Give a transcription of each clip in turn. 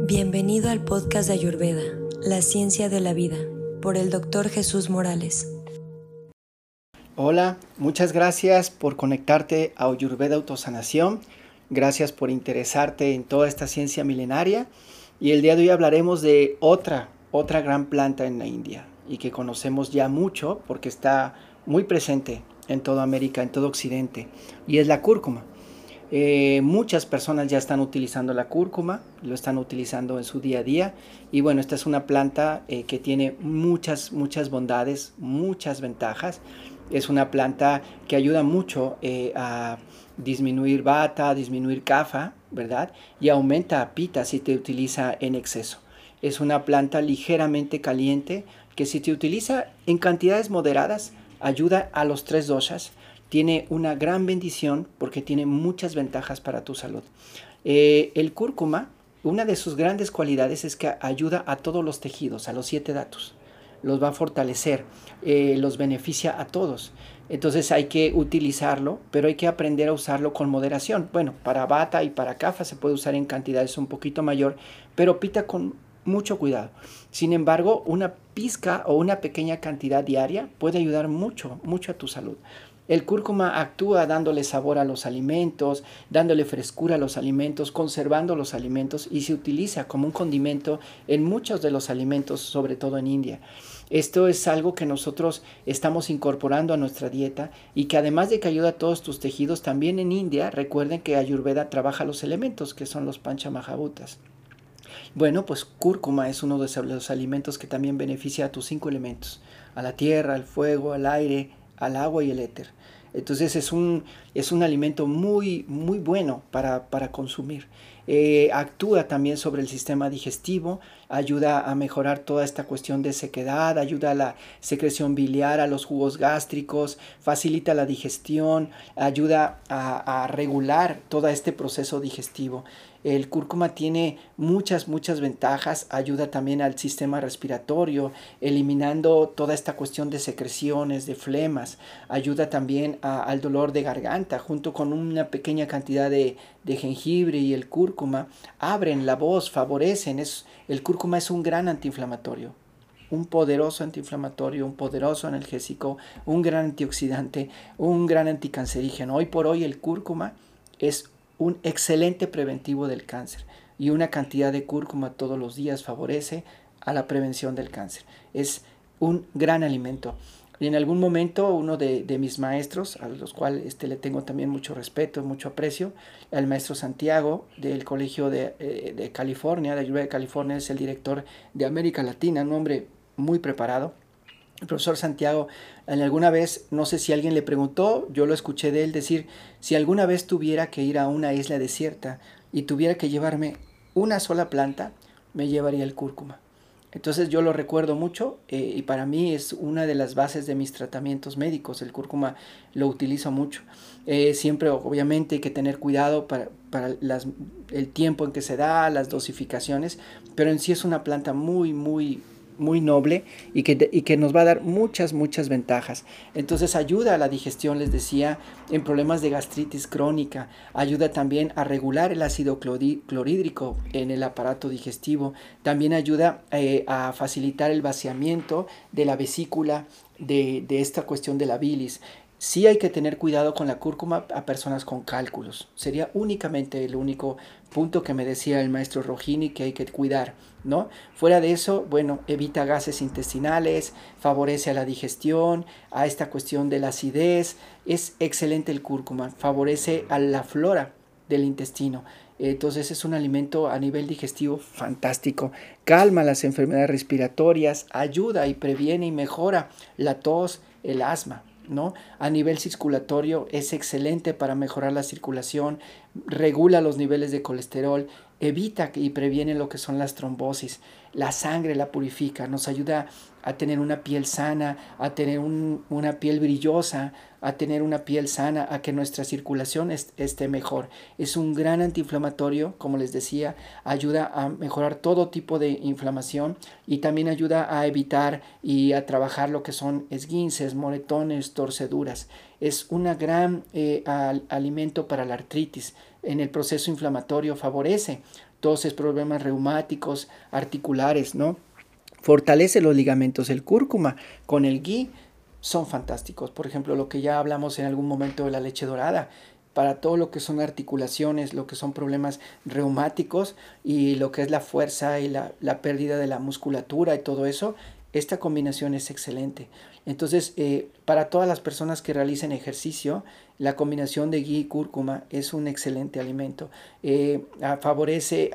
Bienvenido al podcast de Ayurveda, la ciencia de la vida, por el Dr. Jesús Morales. Hola, muchas gracias por conectarte a Ayurveda Autosanación. Gracias por interesarte en toda esta ciencia milenaria. Y el día de hoy hablaremos de otra gran planta en la India y que conocemos ya mucho porque está muy presente en toda América, en todo Occidente, y es la cúrcuma. Muchas personas ya están utilizando la cúrcuma, lo están utilizando en su día a día. Y bueno, esta es una planta que tiene muchas bondades, muchas ventajas. Es una planta que ayuda mucho a disminuir vata, a disminuir kapha, ¿verdad? Y aumenta pita si te utiliza en exceso. Es una planta ligeramente caliente que si te utiliza en cantidades moderadas, ayuda a los 3 doshas. Tiene una gran bendición porque tiene muchas ventajas para tu salud. El cúrcuma, una de sus grandes cualidades es que ayuda a todos los tejidos, a los 7 datus. Los va a fortalecer, los beneficia a todos. Entonces hay que utilizarlo, pero hay que aprender a usarlo con moderación. Bueno, para vata y para kapha se puede usar en cantidades un poquito mayor, pero pita con mucho cuidado. Sin embargo, una pizca o una pequeña cantidad diaria puede ayudar mucho a tu salud. El cúrcuma actúa dándole sabor a los alimentos, dándole frescura a los alimentos, conservando los alimentos, y se utiliza como un condimento en muchos de los alimentos, sobre todo en India. Esto es algo que nosotros estamos incorporando a nuestra dieta y que además de que ayuda a todos tus tejidos, también en India, recuerden que Ayurveda trabaja los elementos, que son los Panchamahabhutas. Bueno, pues cúrcuma es uno de los alimentos que también beneficia a tus 5 elementos, a la tierra, al fuego, al aire, al agua y el éter. Entonces es un alimento muy bueno para consumir. Actúa también sobre el sistema digestivo, ayuda a mejorar toda esta cuestión de sequedad, ayuda a la secreción biliar, a los jugos gástricos, facilita la digestión, ayuda a regular todo este proceso digestivo. El cúrcuma tiene muchas ventajas, ayuda también al sistema respiratorio, eliminando toda esta cuestión de secreciones, de flemas, ayuda también al dolor de garganta, junto con una pequeña cantidad de jengibre y el cúrcuma, abren la voz, favorecen. El cúrcuma es un gran antiinflamatorio, un poderoso antiinflamatorio, un poderoso analgésico, un gran antioxidante, un gran anticancerígeno. Hoy por hoy el cúrcuma es un excelente preventivo del cáncer, y una cantidad de cúrcuma todos los días favorece a la prevención del cáncer. Es un gran alimento. Y en algún momento uno de mis maestros, a los cuales le tengo también mucho respeto, mucho aprecio, el maestro Santiago del Colegio de California, de Ayurveda de California, es el director de América Latina, un hombre muy preparado. El profesor Santiago, en alguna vez, no sé si alguien le preguntó, yo lo escuché de él decir, si alguna vez tuviera que ir a una isla desierta y tuviera que llevarme una sola planta, me llevaría el cúrcuma. Entonces yo lo recuerdo mucho y para mí es una de las bases de mis tratamientos médicos. El cúrcuma lo utilizo mucho. Siempre obviamente hay que tener cuidado para el tiempo en que se da, las dosificaciones, pero en sí es una planta muy noble y que nos va a dar muchas ventajas. Entonces ayuda a la digestión, les decía, en problemas de gastritis crónica, ayuda también a regular el ácido clorhídrico en el aparato digestivo, también ayuda a facilitar el vaciamiento de la vesícula de esta cuestión de la bilis. Sí hay que tener cuidado con la cúrcuma a personas con cálculos. Sería únicamente el único punto que me decía el maestro Rohini que hay que cuidar, ¿no? Fuera de eso, bueno, evita gases intestinales, favorece a la digestión, a esta cuestión de la acidez. Es excelente el cúrcuma, favorece a la flora del intestino. Entonces es un alimento a nivel digestivo fantástico. Calma las enfermedades respiratorias, ayuda y previene y mejora la tos, el asma, ¿no? A nivel circulatorio es excelente para mejorar la circulación, regula los niveles de colesterol, evita y previene lo que son las trombosis, la sangre la purifica, nos ayuda a tener una piel sana, a tener una piel brillosa, a tener una piel sana, a que nuestra circulación esté mejor. Es un gran antiinflamatorio, como les decía, ayuda a mejorar todo tipo de inflamación y también ayuda a evitar y a trabajar lo que son esguinces, moretones, torceduras. Es un gran alimento para la artritis. En el proceso inflamatorio favorece todos esos problemas reumáticos, articulares, ¿no? Fortalece los ligamentos. El cúrcuma con el ghee son fantásticos. Por ejemplo, lo que ya hablamos en algún momento de la leche dorada, para todo lo que son articulaciones, lo que son problemas reumáticos y lo que es la fuerza y la pérdida de la musculatura y todo eso, esta combinación es excelente. Entonces, para todas las personas que realicen ejercicio, la combinación de ghee y cúrcuma es un excelente alimento. Favorece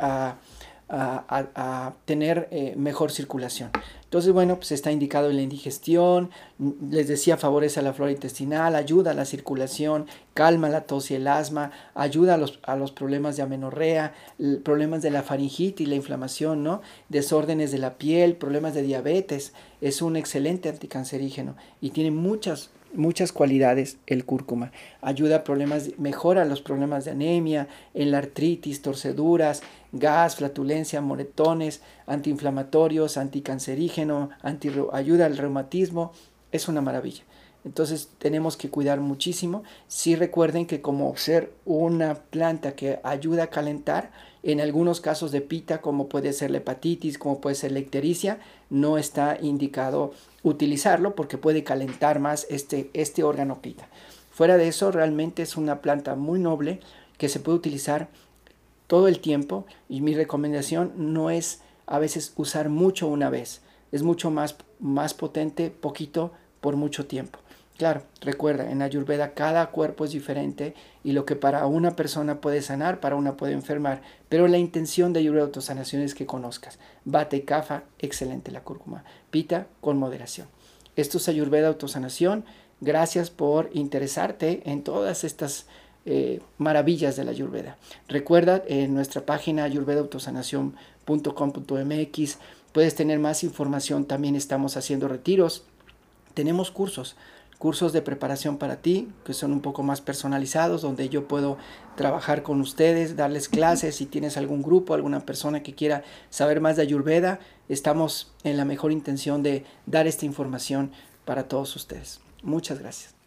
a tener mejor circulación. Entonces, bueno, pues está indicado en la indigestión, les decía, favorece a la flora intestinal, ayuda a la circulación, calma la tos y el asma, ayuda a los problemas de amenorrea, problemas de la faringitis, la inflamación, ¿no? Desórdenes de la piel, problemas de diabetes. Es un excelente anticancerígeno y tiene muchas cualidades el cúrcuma. Ayuda a mejora los problemas de anemia, en la artritis, torceduras, gas, flatulencia, moretones, antiinflamatorios, anticancerígeno, ayuda al reumatismo. Es una maravilla. Entonces tenemos que cuidar muchísimo. Sí, recuerden que como ser una planta que ayuda a calentar, en algunos casos de pita, como puede ser la hepatitis, como puede ser la ictericia, no está indicado utilizarlo porque puede calentar más este órgano pita. Fuera de eso, realmente es una planta muy noble que se puede utilizar todo el tiempo, y mi recomendación no es a veces usar mucho una vez, es mucho más potente, poquito por mucho tiempo. Claro, recuerda, en Ayurveda cada cuerpo es diferente y lo que para una persona puede sanar, para una puede enfermar, pero la intención de Ayurveda Autosanación es que conozcas. Vata y Kapha, excelente la cúrcuma. Pita, con moderación. Esto es Ayurveda Autosanación. Gracias por interesarte en todas estas maravillas de la Ayurveda. Recuerda, en nuestra página ayurvedaautosanación.com.mx puedes tener más información. También estamos haciendo retiros. Tenemos cursos de preparación para ti, que son un poco más personalizados, donde yo puedo trabajar con ustedes, darles clases. Si tienes algún grupo, alguna persona que quiera saber más de Ayurveda, estamos en la mejor intención de dar esta información para todos ustedes. Muchas gracias.